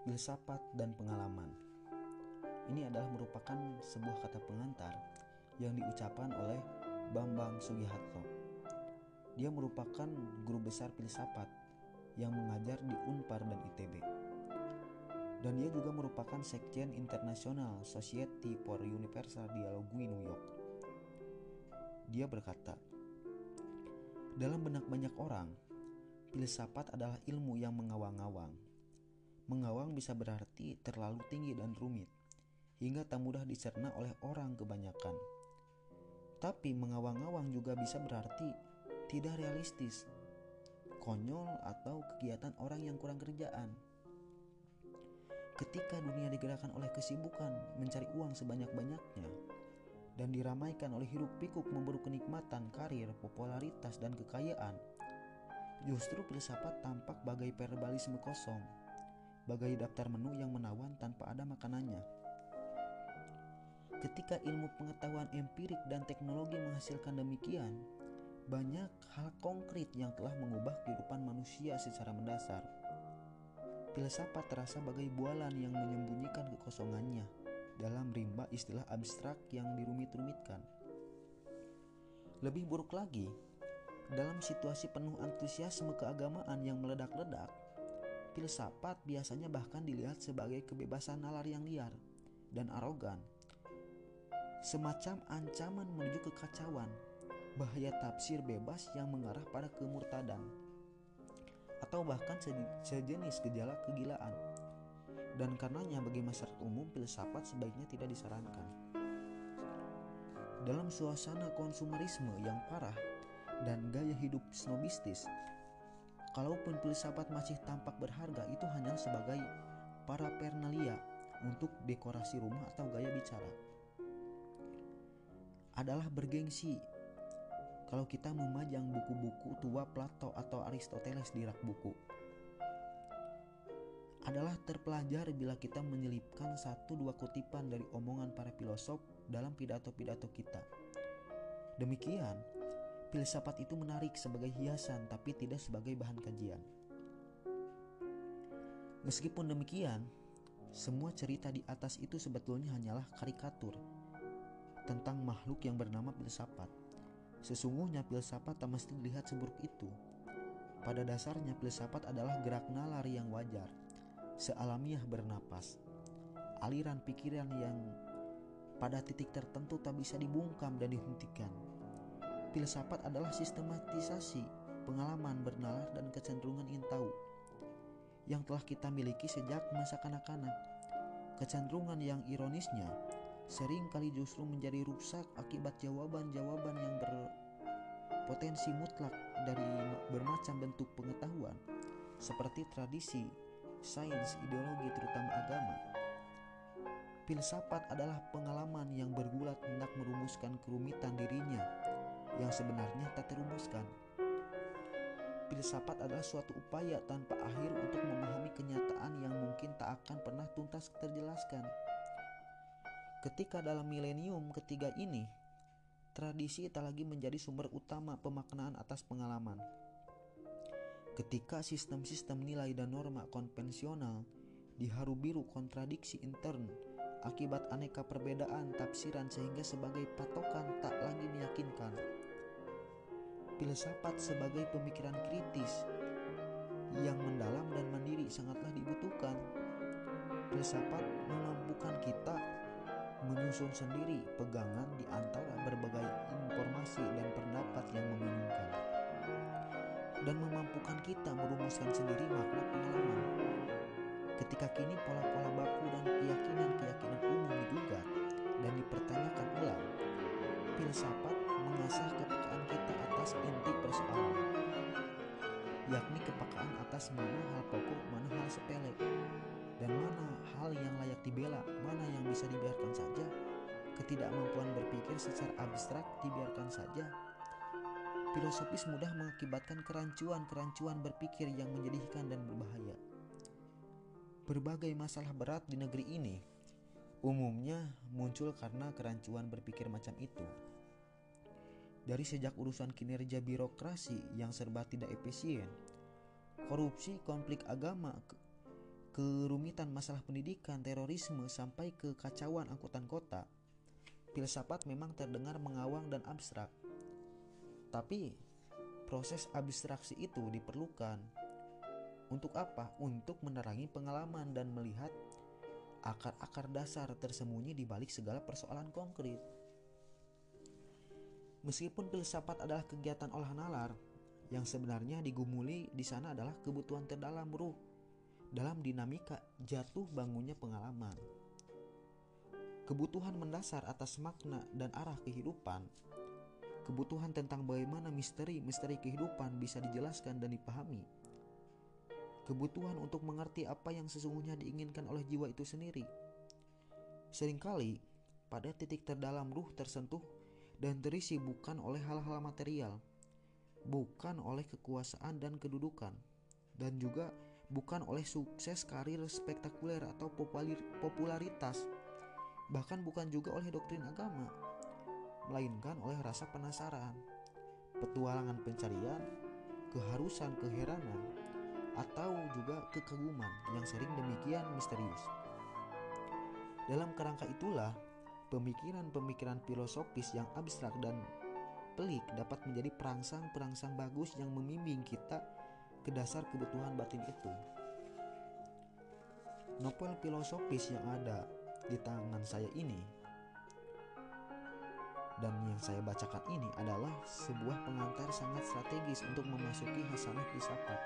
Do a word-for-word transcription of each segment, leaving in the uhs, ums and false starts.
filsafat dan pengalaman. Ini adalah merupakan sebuah kata pengantar yang diucapkan oleh Bambang Sugiharto. Dia merupakan guru besar filsafat yang mengajar di Unpar dan I T B. Dan dia juga merupakan sekjen International Society for Universal Dialogue New York. Dia berkata, dalam benak banyak orang, filsafat adalah ilmu yang mengawang-awang. Mengawang bisa berarti terlalu tinggi dan rumit, hingga tak mudah dicerna oleh orang kebanyakan. Tapi mengawang-awang juga bisa berarti tidak realistis, konyol, atau kegiatan orang yang kurang kerjaan. Ketika dunia digerakkan oleh kesibukan mencari uang sebanyak-banyaknya dan diramaikan oleh hiruk-pikuk memburu kenikmatan, karir, popularitas, dan kekayaan, justru filsafat tampak bagai verbalisme kosong, bagai daftar menu yang menawan tanpa ada makanannya. Ketika ilmu pengetahuan empirik dan teknologi menghasilkan demikian, banyak hal konkret yang telah mengubah kehidupan manusia secara mendasar. Filsafat terasa bagai bualan yang menyembunyikan kekosongannya dalam rimba istilah abstrak yang dirumit-rumitkan. Lebih buruk lagi, dalam situasi penuh antusiasme keagamaan yang meledak-ledak, filsafat biasanya bahkan dilihat sebagai kebebasan nalar yang liar dan arogan, semacam ancaman menuju kekacauan, bahaya tafsir bebas yang mengarah pada kemurtadan, atau bahkan sejenis gejala kegilaan. Dan karenanya bagi masyarakat umum, filsafat sebaiknya tidak disarankan. Dalam suasana konsumerisme yang parah dan gaya hidup snobistis, kalaupun filsafat masih tampak berharga, itu hanya sebagai paraphernalia untuk dekorasi rumah atau gaya bicara. Adalah bergengsi kalau kita memajang buku-buku tua Plato atau Aristoteles di rak buku. Adalah terpelajar bila kita menyelipkan satu dua kutipan dari omongan para filosof dalam pidato-pidato kita. Demikian, filsafat itu menarik sebagai hiasan tapi tidak sebagai bahan kajian. Meskipun demikian, semua cerita di atas itu sebetulnya hanyalah karikatur tentang makhluk yang bernama filsafat. Sesungguhnya filsafat tak mesti dilihat seburuk itu. Pada dasarnya filsafat adalah gerak nalar yang wajar, sealamiah bernapas, aliran pikiran yang pada titik tertentu tak bisa dibungkam dan dihentikan. Filsafat adalah sistematisasi pengalaman bernalar dan kecenderungan ingin tahu yang telah kita miliki sejak masa kanak-kanak. Kecenderungan yang ironisnya sering kali justru menjadi rusak akibat jawaban-jawaban yang berpotensi mutlak dari bermacam bentuk pengetahuan seperti tradisi, sains, ideologi, terutama agama. Filsafat adalah pengalaman yang bergulat hendak merumuskan kerumitan dirinya yang sebenarnya tak terumuskan. Filsafat adalah suatu upaya tanpa akhir untuk memahami kenyataan yang mungkin tak akan pernah tuntas terjelaskan. Ketika dalam milenium ketiga ini, tradisi tak lagi menjadi sumber utama pemaknaan atas pengalaman. Ketika sistem-sistem nilai dan norma konvensional diharu-biru kontradiksi intern akibat aneka perbedaan tafsiran sehingga sebagai patokan tak lagi meyakinkan. Filsafat sebagai pemikiran kritis yang mendalam dan mandiri sangatlah dibutuhkan. Filsafat memampukan kita menyusun sendiri pegangan di antara berbagai informasi dan pendapat yang membingungkan, dan memampukan kita merumuskan sendiri makna pengalaman. Ketika kini pola-pola baku dan keyakinan-keyakinan umum digugat dan dipertanyakan ulang, filsafat mengasah kepekaan kita atas inti persoalan, yakni kepekaan atas mana hal pokok, mana hal sepele, dan mana hal yang layak dibela, mana yang bisa dibiarkan saja. Ketidakmampuan berpikir secara abstrak dibiarkan saja. Filosofis mudah mengakibatkan kerancuan-kerancuan berpikir yang menyedihkan dan berbahaya. Berbagai masalah berat di negeri ini umumnya muncul karena kerancuan berpikir macam itu. Dari sejak urusan kinerja birokrasi yang serba tidak efisien, korupsi, konflik agama, kerumitan masalah pendidikan, terorisme, sampai ke kacauan angkutan kota, filsafat memang terdengar mengawang dan abstrak. Tapi proses abstraksi itu diperlukan. Untuk apa? Untuk menerangi pengalaman dan melihat akar-akar dasar tersembunyi di balik segala persoalan konkret. Meskipun filsafat adalah kegiatan olah nalar, yang sebenarnya digumuli di sana adalah kebutuhan terdalam ruh dalam dinamika jatuh bangunnya pengalaman. Kebutuhan mendasar atas makna dan arah kehidupan. Kebutuhan tentang bagaimana misteri-misteri kehidupan bisa dijelaskan dan dipahami. Kebutuhan untuk mengerti apa yang sesungguhnya diinginkan oleh jiwa itu sendiri. Seringkali pada titik terdalam ruh tersentuh dan terisi bukan oleh hal-hal material, bukan oleh kekuasaan dan kedudukan, dan juga bukan oleh sukses karir spektakuler atau popularitas, bahkan bukan juga oleh doktrin agama, melainkan oleh rasa penasaran, petualangan pencarian, keharusan keheranan, atau juga kekaguman yang sering demikian misterius. Dalam kerangka itulah, pemikiran-pemikiran filosofis yang abstrak dan pelik dapat menjadi perangsang-perangsang bagus yang membimbing kita ke dasar kebutuhan batin itu. Novel filosofis yang ada di tangan saya ini dan yang saya bacakan ini adalah sebuah pengantar sangat strategis untuk memasuki hasanah filsafat.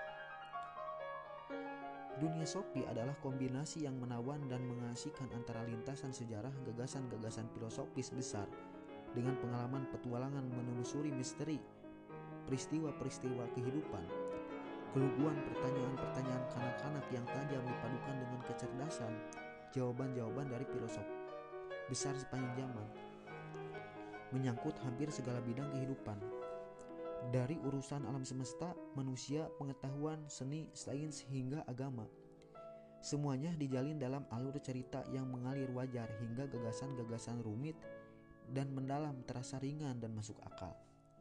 Dunia Sophie adalah kombinasi yang menawan dan mengasihkan antara lintasan sejarah gagasan-gagasan filosofis besar dengan pengalaman petualangan menelusuri misteri peristiwa-peristiwa kehidupan, keluguan pertanyaan-pertanyaan kanak-kanak yang tajam dipadukan dengan kecerdasan jawaban-jawaban dari filosof besar sepanjang zaman, menyangkut hampir segala bidang kehidupan, dari urusan alam semesta, manusia, pengetahuan, seni, sains, hingga agama. Semuanya dijalin dalam alur cerita yang mengalir wajar hingga gagasan-gagasan rumit dan mendalam terasa ringan dan masuk akal.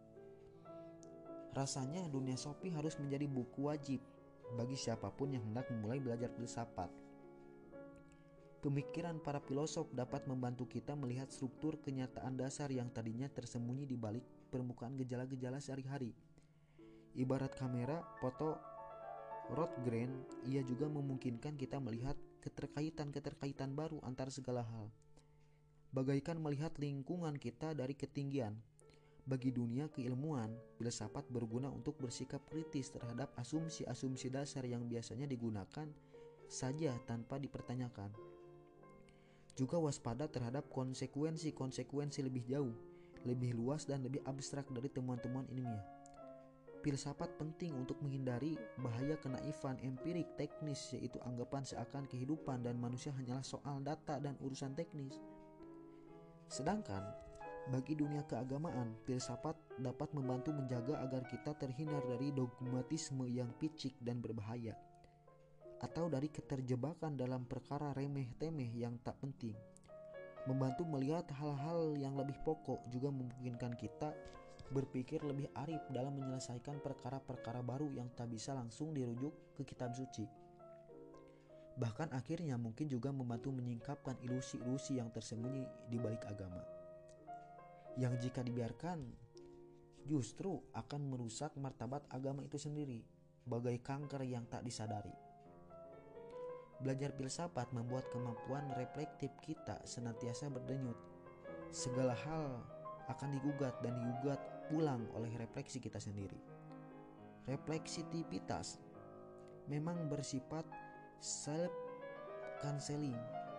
Rasanya Dunia Sophie harus menjadi buku wajib bagi siapapun yang hendak memulai belajar filsafat. Pemikiran para filosof dapat membantu kita melihat struktur kenyataan dasar yang tadinya tersembunyi di balik permukaan gejala-gejala sehari-hari. Ibarat kamera foto Roentgen, ia juga memungkinkan kita melihat keterkaitan-keterkaitan baru antar segala hal. Bagaikan melihat lingkungan kita dari ketinggian. Bagi dunia keilmuan, filsafat berguna untuk bersikap kritis terhadap asumsi-asumsi dasar yang biasanya digunakan saja tanpa dipertanyakan. Juga waspada terhadap konsekuensi-konsekuensi lebih jauh, lebih luas dan lebih abstrak dari temuan-temuan ilmiah. Filsafat penting untuk menghindari bahaya kenaifan empirik teknis, yaitu anggapan seakan kehidupan dan manusia hanyalah soal data dan urusan teknis. Sedangkan bagi dunia keagamaan, filsafat dapat membantu menjaga agar kita terhindar dari dogmatisme yang picik dan berbahaya, atau dari keterjebakan dalam perkara remeh-temeh yang tak penting. Membantu melihat hal-hal yang lebih pokok juga memungkinkan kita berpikir lebih arif dalam menyelesaikan perkara-perkara baru yang tak bisa langsung dirujuk ke kitab suci. Bahkan akhirnya mungkin juga membantu menyingkapkan ilusi-ilusi yang tersembunyi di balik agama, yang jika dibiarkan justru akan merusak martabat agama itu sendiri, bagai kanker yang tak disadari. Belajar filsafat membuat kemampuan reflektif kita senantiasa berdenyut. Segala hal akan digugat dan digugat ulang oleh refleksi kita sendiri. Refleksitivitas memang bersifat self-canceling,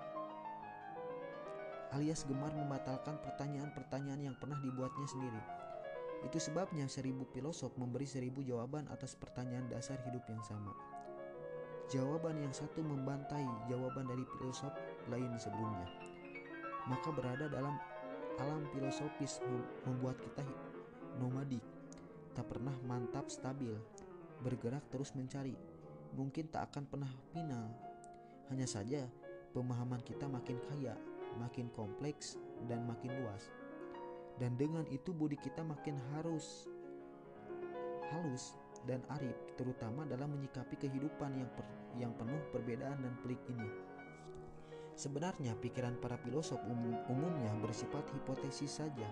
alias gemar membatalkan pertanyaan-pertanyaan yang pernah dibuatnya sendiri. Itu sebabnya seribu filosof memberi seribu jawaban atas pertanyaan dasar hidup yang sama. Jawaban yang satu membantai jawaban dari filosof lain sebelumnya. Maka berada dalam alam filosofis membuat kita nomadik, tak pernah mantap stabil, bergerak terus mencari, mungkin tak akan pernah final. Hanya saja pemahaman kita makin kaya, makin kompleks dan makin luas. Dan dengan itu budi kita makin harus halus dan arif, terutama dalam menyikapi kehidupan yang per, yang penuh perbedaan dan pelik ini. Sebenarnya pikiran para filosof umum, umumnya bersifat hipotesis saja.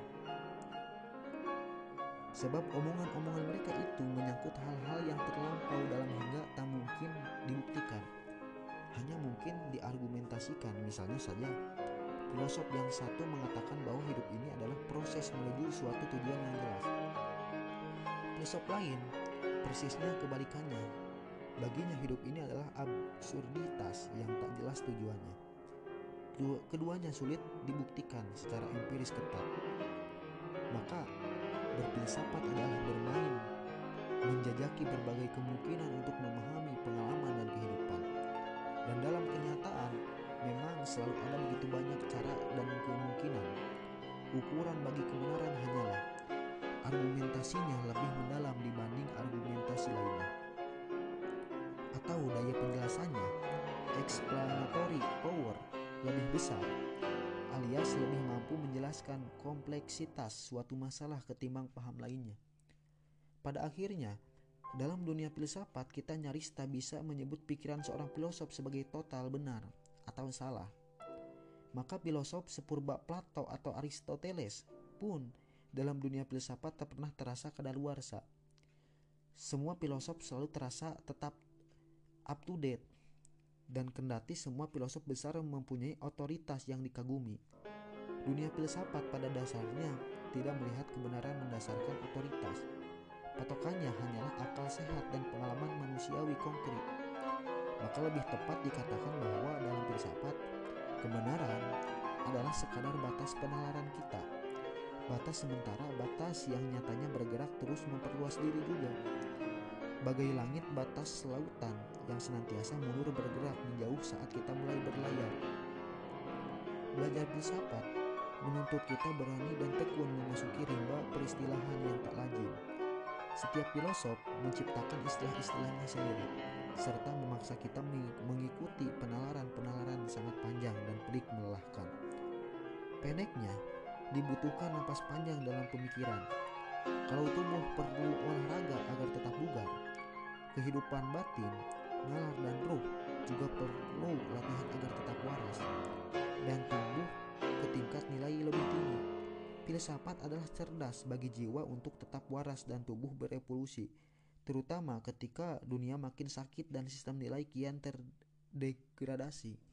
Sebab omongan-omongan mereka itu menyangkut hal-hal yang terlampau dalam hingga tak mungkin dibuktikan. Hanya mungkin diargumentasikan. Misalnya saja, filosof yang satu mengatakan bahwa hidup ini adalah proses menuju suatu tujuan yang jelas. Filosof lain persisnya kebalikannya. Baginya hidup ini adalah absurditas yang tak jelas tujuannya. Keduanya sulit dibuktikan secara empiris ketat. Maka berfilsafat adalah bermain, menjajaki berbagai kemungkinan untuk memahami pengalaman dan kehidupan. Dan dalam kenyataan, memang selalu ada begitu banyak cara dan kemungkinan. Ukuran bagi kebenaran hanyalah argumentasinya lebih mendalam dibanding argumentasi lainnya, atau daya penjelasannya, explanatory power, lebih besar, alias lebih mampu menjelaskan kompleksitas suatu masalah ketimbang paham lainnya. Pada akhirnya, dalam dunia filsafat kita nyaris tak bisa menyebut pikiran seorang filosof sebagai total benar atau salah. Maka filosof sepurba Plato atau Aristoteles pun dalam dunia filsafat tak pernah terasa kadaluarsa. Semua filosof selalu terasa tetap up to date. Dan kendati semua filosof besar mempunyai otoritas yang dikagumi, dunia filsafat pada dasarnya tidak melihat kebenaran mendasarkan otoritas. Patokannya hanyalah akal sehat dan pengalaman manusiawi konkret. Maka lebih tepat dikatakan bahwa dalam filsafat, kebenaran adalah sekadar batas penalaran kita. Batas sementara, batas yang nyatanya bergerak terus memperluas diri juga. Bagai langit batas lautan yang senantiasa mundur bergerak menjauh saat kita mulai berlayar. Belajar filsafat menuntut kita berani dan tekun memasuki rimba peristilahan yang tak lazim. Setiap filosof menciptakan istilah-istilahnya sendiri, serta memaksa kita mengikuti penalaran-penalaran sangat panjang dan pelik melelahkan. Pendeknya, dibutuhkan napas panjang dalam pemikiran. Kalau tubuh perlu olahraga agar tetap bugar, kehidupan batin, nalar dan ruh juga perlu latihan agar tetap waras dan tumbuh ke tingkat nilai lebih tinggi. Filsafat adalah cerdas bagi jiwa untuk tetap waras dan tubuh berevolusi, terutama ketika dunia makin sakit dan sistem nilai kian terdegradasi.